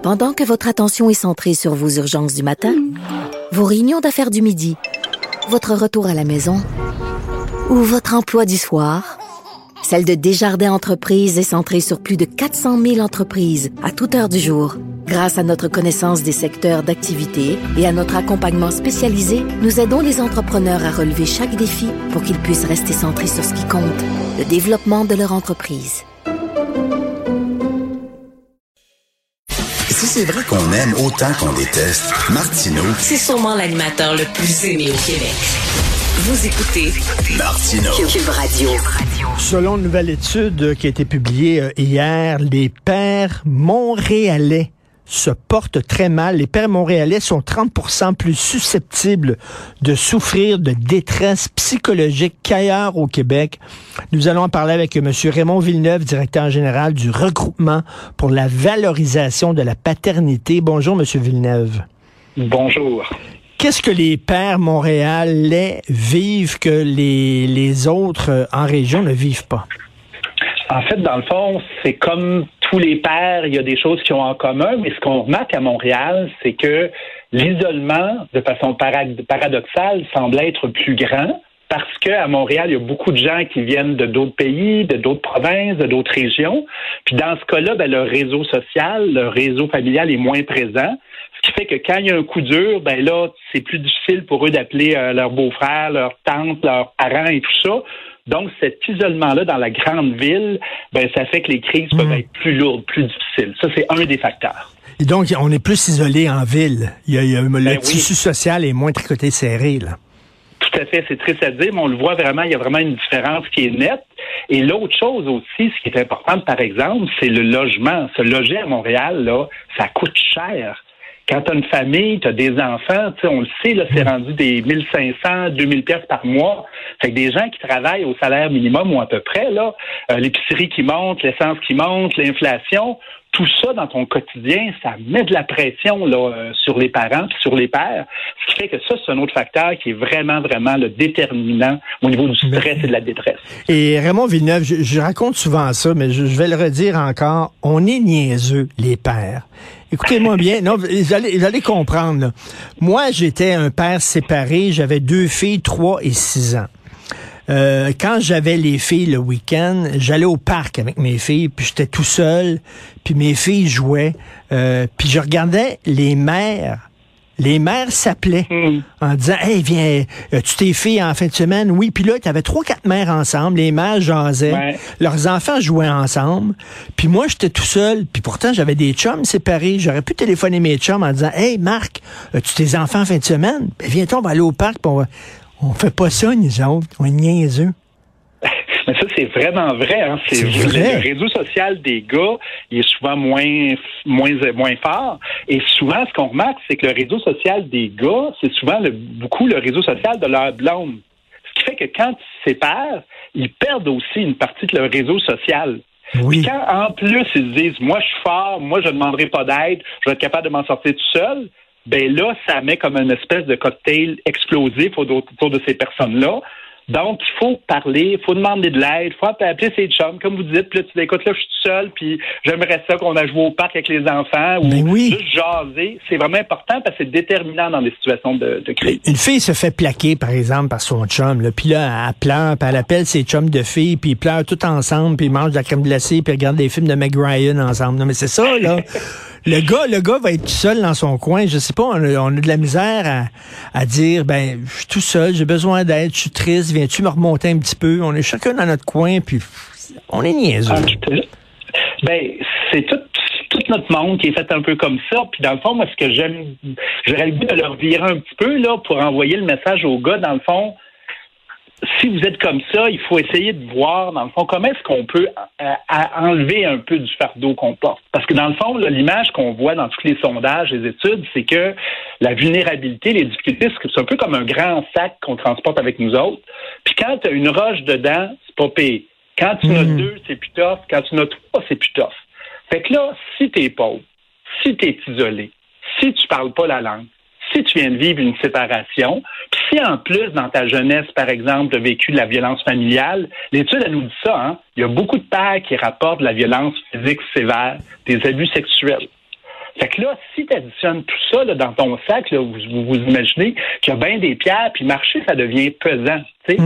Pendant que votre attention est centrée sur vos urgences du matin, vos réunions d'affaires du midi, votre retour à la maison ou votre emploi du soir, celle de Desjardins Entreprises est centrée sur plus de 400 000 entreprises à toute heure du jour. Grâce à notre connaissance des secteurs d'activité et à notre accompagnement spécialisé, nous aidons les entrepreneurs à relever chaque défi pour qu'ils puissent rester centrés sur ce qui compte, le développement de leur entreprise. Si c'est vrai qu'on aime autant qu'on déteste, Martineau, c'est sûrement l'animateur le plus aimé au Québec. Vous écoutez Martineau. Cube Radio. Selon une nouvelle étude qui a été publiée hier, les pères montréalais se portent très mal. Les pères montréalais sont 30% plus susceptibles de souffrir de détresse psychologique qu'ailleurs au Québec. Nous allons en parler avec M. Raymond Villeneuve, directeur général du Regroupement pour la valorisation de la paternité. Bonjour, M. Villeneuve. Bonjour. Qu'est-ce que les pères montréalais vivent que les autres en région ne vivent pas? En fait, dans le fond, c'est comme tous les pères, il y a des choses qui ont en commun, mais ce qu'on remarque à Montréal, c'est que l'isolement, de façon paradoxale, semble être plus grand parce qu'à Montréal, il y a beaucoup de gens qui viennent de d'autres pays, de d'autres provinces, de d'autres régions. Puis dans ce cas-là, le réseau social, le réseau familial est moins présent. Ce qui fait que quand il y a un coup dur, là, c'est plus difficile pour eux d'appeler leur beau-frère, leur tante, leurs parents et tout ça. Donc, cet isolement-là dans la grande ville, ça fait que les crises peuvent être plus lourdes, plus difficiles. Ça, c'est un des facteurs. Et donc, on est plus isolé en ville. Le tissu social est moins tricoté serré, là. Tout à fait, c'est triste à dire, mais on le voit vraiment, il y a vraiment une différence qui est nette. Et l'autre chose aussi, ce qui est important, par exemple, c'est le logement. Se loger à Montréal, là, ça coûte cher. Quand tu as une famille, tu as des enfants, on le sait, là, c'est rendu des 1500, 2000 pièces par mois. Fait que des gens qui travaillent au salaire minimum ou à peu près, là, l'épicerie qui monte, l'essence qui monte, l'inflation, tout ça dans ton quotidien, ça met de la pression là, sur les parents puis sur les pères. Ce qui fait que ça, c'est un autre facteur qui est vraiment, vraiment le déterminant au niveau du stress et de la détresse. Et Raymond Villeneuve, je raconte souvent ça, mais je vais le redire encore, on est niaiseux, les pères. Écoutez-moi bien, non, vous allez comprendre. Là. Moi, j'étais un père séparé, j'avais 2 filles, 3 et 6 ans. Quand j'avais les filles le week-end, j'allais au parc avec mes filles, puis j'étais tout seul, puis mes filles jouaient, puis je regardais les mères. Les mères s'appelaient en disant « Hey, viens, tu tes filles en fin de semaine? » Oui, puis là, tu avais 3-4 mères ensemble, les mères jasaient, leurs enfants jouaient ensemble, puis moi, j'étais tout seul, puis pourtant, j'avais des chums séparés. J'aurais pu téléphoner mes chums en disant « Hey, Marc, tu tes enfants en fin de semaine? Viens-toi, on va aller au parc, puis on fait pas ça, nous autres, on est niaiseux. » Mais ça, c'est vraiment vrai. Hein? C'est vrai. Le réseau social des gars, il est souvent moins fort. Et souvent, ce qu'on remarque, c'est que le réseau social des gars, c'est souvent beaucoup le réseau social de leur blonde. Ce qui fait que quand ils se séparent, ils perdent aussi une partie de leur réseau social. Oui. Puis quand, en plus, ils se disent « Moi, je suis fort, moi, je ne demanderai pas d'aide, je vais être capable de m'en sortir tout seul », là, ça met comme une espèce de cocktail explosif autour de ces personnes-là. Donc, il faut parler, il faut demander de l'aide, il faut appeler ses chums, comme vous dites, puis là, tu dis, écoute, là, je suis tout seul, puis j'aimerais ça qu'on a joué au parc avec les enfants, ou juste jaser. C'est vraiment important parce que c'est déterminant dans des situations de crise. Une fille se fait plaquer, par exemple, par son chum, là, puis là, elle pleure, puis elle appelle ses chums de filles, puis ils pleurent tout ensemble, puis ils mangent de la crème glacée, puis ils regardent des films de Meg Ryan ensemble. Non, mais c'est ça, là. Le gars va être tout seul dans son coin. Je sais pas, on a de la misère à dire, je suis tout seul, j'ai besoin d'aide, je suis triste, viens-tu me remonter un petit peu? On est chacun dans notre coin, puis on est niaiseux. C'est tout notre monde qui est fait un peu comme ça. Puis dans le fond, moi, ce que j'aurais le goût de leur virer un petit peu, là, pour envoyer le message aux gars, dans le fond, si vous êtes comme ça, il faut essayer de voir, dans le fond, comment est-ce qu'on peut enlever un peu du fardeau qu'on porte. Parce que dans le fond, là, l'image qu'on voit dans tous les sondages, les études, c'est que la vulnérabilité, les difficultés, c'est un peu comme un grand sac qu'on transporte avec nous autres. Puis quand tu as une roche dedans, c'est pas pire. Quand tu en as 2, c'est plus tough. Quand tu en as 3, c'est plus tough. Fait que là, si t'es pauvre, si t'es isolé, si tu parles pas la langue, si tu viens de vivre une séparation, puis si en plus, dans ta jeunesse, par exemple, tu as vécu de la violence familiale, l'étude, elle nous dit ça, hein? Il y a beaucoup de pères qui rapportent de la violence physique sévère, des abus sexuels. Fait que là, si tu additionnes tout ça là, dans ton sac, là, vous imaginez qu'il y a bien des pierres, puis marcher, ça devient pesant.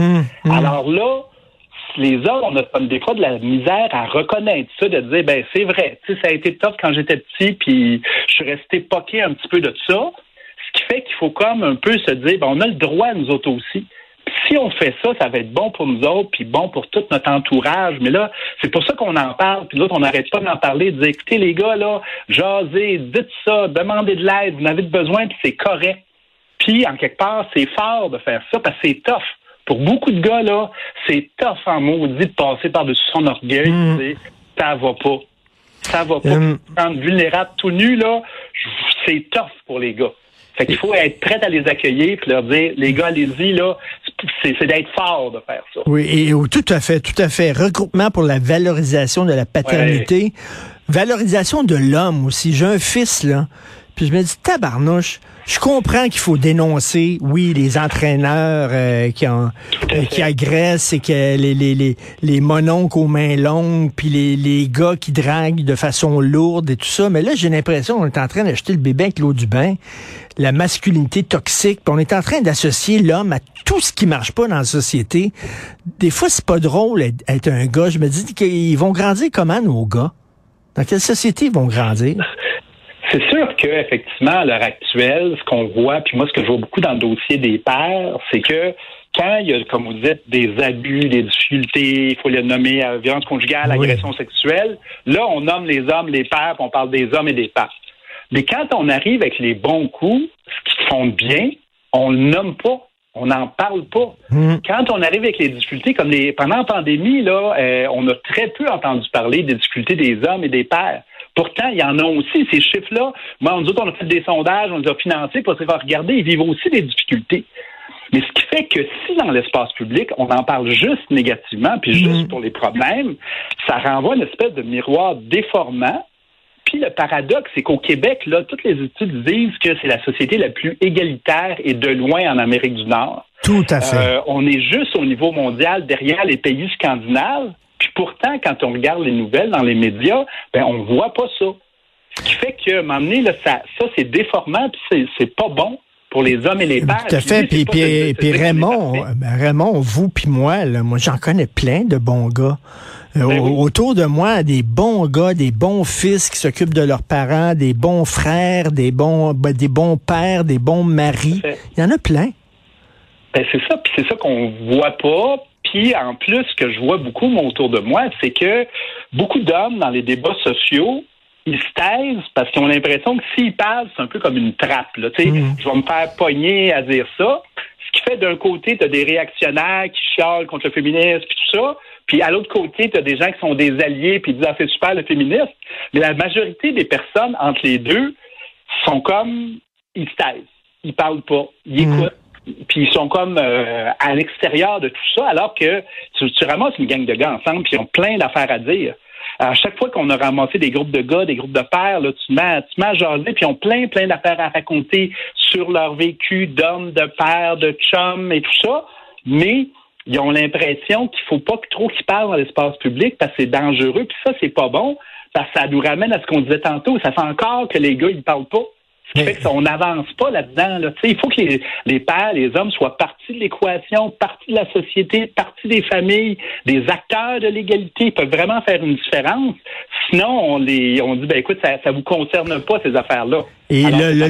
Alors là, les hommes, on a des fois de la misère à reconnaître ça, de dire, ben c'est vrai, ça a été tough quand j'étais petit, puis je suis resté poqué un petit peu de ça. Ce qui fait qu'il faut comme un peu se dire, ben on a le droit, nous autres aussi. Si on fait ça, ça va être bon pour nous autres, puis bon pour tout notre entourage. Mais là, c'est pour ça qu'on en parle, puis l'autre, on n'arrête pas d'en parler, de dire, écoutez, les gars, là, jasez, dites ça, demandez de l'aide, vous en avez besoin, puis c'est correct. Puis, en quelque part, c'est fort de faire ça, parce que c'est tough. Pour beaucoup de gars, là, c'est tough en maudit de passer par-dessus son orgueil, et ça va pas. Ça va pas. Quand vulnérable tout nu, là, c'est tough pour les gars. Fait qu'il faut être prêt à les accueillir puis leur dire, les gars, allez-y, là, c'est d'être fort de faire ça. Oui, et tout à fait, tout à fait. Regroupement pour la valorisation de la paternité, valorisation de l'homme aussi. J'ai un fils, là, puis je me dis, tabarnouche, je comprends qu'il faut dénoncer, oui, les entraîneurs qui agressent et que les mononcles aux mains longues, puis les gars qui draguent de façon lourde et tout ça. Mais là, j'ai l'impression qu'on est en train d'acheter le bébé avec l'eau du bain, la masculinité toxique, puis on est en train d'associer l'homme à tout ce qui marche pas dans la société. Des fois, c'est pas drôle être un gars. Je me dis qu'ils vont grandir comment, nos gars? Dans quelle société ils vont grandir? C'est sûr qu'effectivement, à l'heure actuelle, ce qu'on voit, puis moi, ce que je vois beaucoup dans le dossier des pères, c'est que quand il y a, comme vous dites, des abus, des difficultés, il faut les nommer, violence conjugale, agression sexuelle, là, on nomme les hommes, les pères, puis on parle des hommes et des pères. Mais quand on arrive avec les bons coups, ce qui font bien, on le nomme pas. On n'en parle pas. Quand on arrive avec les difficultés, comme pendant la pandémie, là, on a très peu entendu parler des difficultés des hommes et des pères. Pourtant, il y en a aussi, ces chiffres-là. Moi, nous autres, on a fait des sondages, on les a financés pour se faire regarder, ils vivent aussi des difficultés. Mais ce qui fait que si dans l'espace public, on en parle juste négativement, puis juste pour les problèmes, ça renvoie une espèce de miroir déformant. Puis le paradoxe, c'est qu'au Québec, là, toutes les études disent que c'est la société la plus égalitaire et de loin en Amérique du Nord. Tout à fait. On est juste au niveau mondial derrière les pays scandinaves. Puis pourtant, quand on regarde les nouvelles dans les médias, ben on voit pas ça. Ce qui fait que, à un moment donné, là, ça c'est déformant, puis c'est pas bon pour les hommes et les pères. Tout à fait. Puis Raymond, vous puis moi, là, moi j'en connais plein de bons gars. Autour de moi, des bons gars, des bons fils qui s'occupent de leurs parents, des bons frères, des bons pères, des bons maris. Il y en a plein. Ben c'est ça, puis c'est ça qu'on voit pas. Puis en plus, ce que je vois beaucoup autour de moi, c'est que beaucoup d'hommes dans les débats sociaux, ils se taisent parce qu'ils ont l'impression que s'ils parlent, c'est un peu comme une trappe. Là, je vais me faire pogner à dire ça. Ce qui fait d'un côté, tu as des réactionnaires qui chialent contre le féminisme puis tout ça. Puis à l'autre côté, tu as des gens qui sont des alliés puis ils disent « Ah, c'est super le féminisme ». Mais la majorité des personnes entre les deux sont comme, ils se taisent. Ils parlent pas. Ils écoutent. Puis ils sont comme à l'extérieur de tout ça, alors que tu ramasses une gang de gars ensemble, puis ils ont plein d'affaires à dire. À chaque fois qu'on a ramassé des groupes de gars, des groupes de pères, là, tu mets à jaser, puis ils ont plein d'affaires à raconter sur leur vécu d'hommes, de pères, de chums et tout ça, mais ils ont l'impression qu'il faut pas trop qu'ils parlent dans l'espace public parce que c'est dangereux, puis ça, c'est pas bon, parce que ça nous ramène à ce qu'on disait tantôt, ça fait encore que les gars, ils parlent pas. Ce qui fait qu'on n'avance pas là-dedans. Là. Il faut que les pères, les hommes soient partie de l'équation, partie de la société, partie des familles, des acteurs de l'égalité. Ils peuvent vraiment faire une différence. Sinon, on dit, ben écoute, ça vous concerne pas, ces affaires-là. Et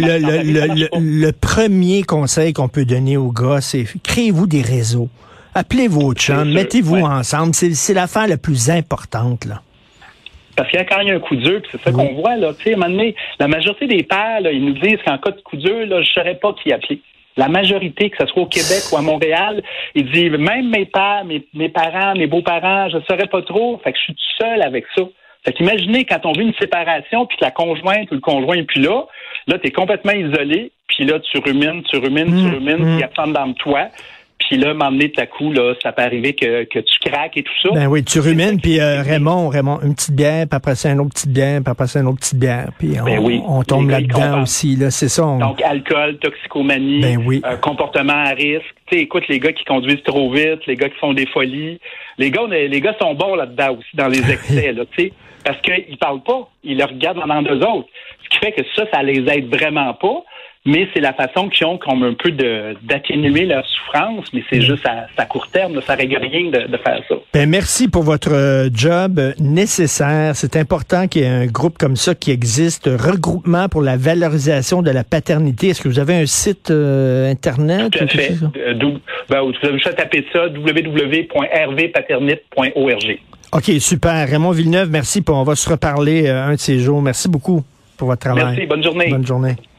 le premier conseil qu'on peut donner aux gars, c'est créez-vous des réseaux. Appelez vos chums, mettez-vous ensemble. C'est l'affaire la plus importante, là. Parce qu'il y a quand il y a un coup dur, puis c'est ça qu'on voit, là. Tu sais, à un moment donné, la majorité des pères, là, ils nous disent qu'en cas de coup dur, là, je ne saurais pas qui appeler. La majorité, que ce soit au Québec ou à Montréal, ils disent, même mes pères, mes parents, mes beaux-parents, je ne saurais pas trop. Fait que je suis tout seul avec ça. Fait qu'imaginez quand on vit une séparation, puis que la conjointe ou le conjoint n'est plus là, t'es complètement isolé, puis là, tu rumines, puis il y a plein dans toi. Puis là, m'emmener tout à coup, là, ça peut arriver que tu craques et tout ça. Ben oui, tu rumines, puis Raymond, une petite bière, puis après ça, une autre petite bière, puis après ça, une autre petite bière, puis on tombe là-dedans aussi, là, c'est ça. Donc, alcool, toxicomanie, comportement à risque. Tu sais, écoute, les gars qui conduisent trop vite, les gars qui font des folies. Les gars sont bons là-dedans aussi, dans les excès, là, tu sais. Parce qu'ils parlent pas, ils le regardent dans d'eux autres. Ce Ce qui fait que ça les aide vraiment pas. Mais c'est la façon qu'ils ont comme un peu d'atténuer leur souffrance, mais c'est juste à court terme, là, ça ne règle rien de faire ça. Ben, merci pour votre job nécessaire. C'est important qu'il y ait un groupe comme ça qui existe, Regroupement pour la valorisation de la paternité. Est-ce que vous avez un site Internet? Tout à fait. Vous avez juste à taper ça, www.rvpaternite.org. OK, super. Raymond Villeneuve, merci. On va se reparler un de ces jours. Merci beaucoup pour votre travail. Merci, bonne journée. Bonne journée.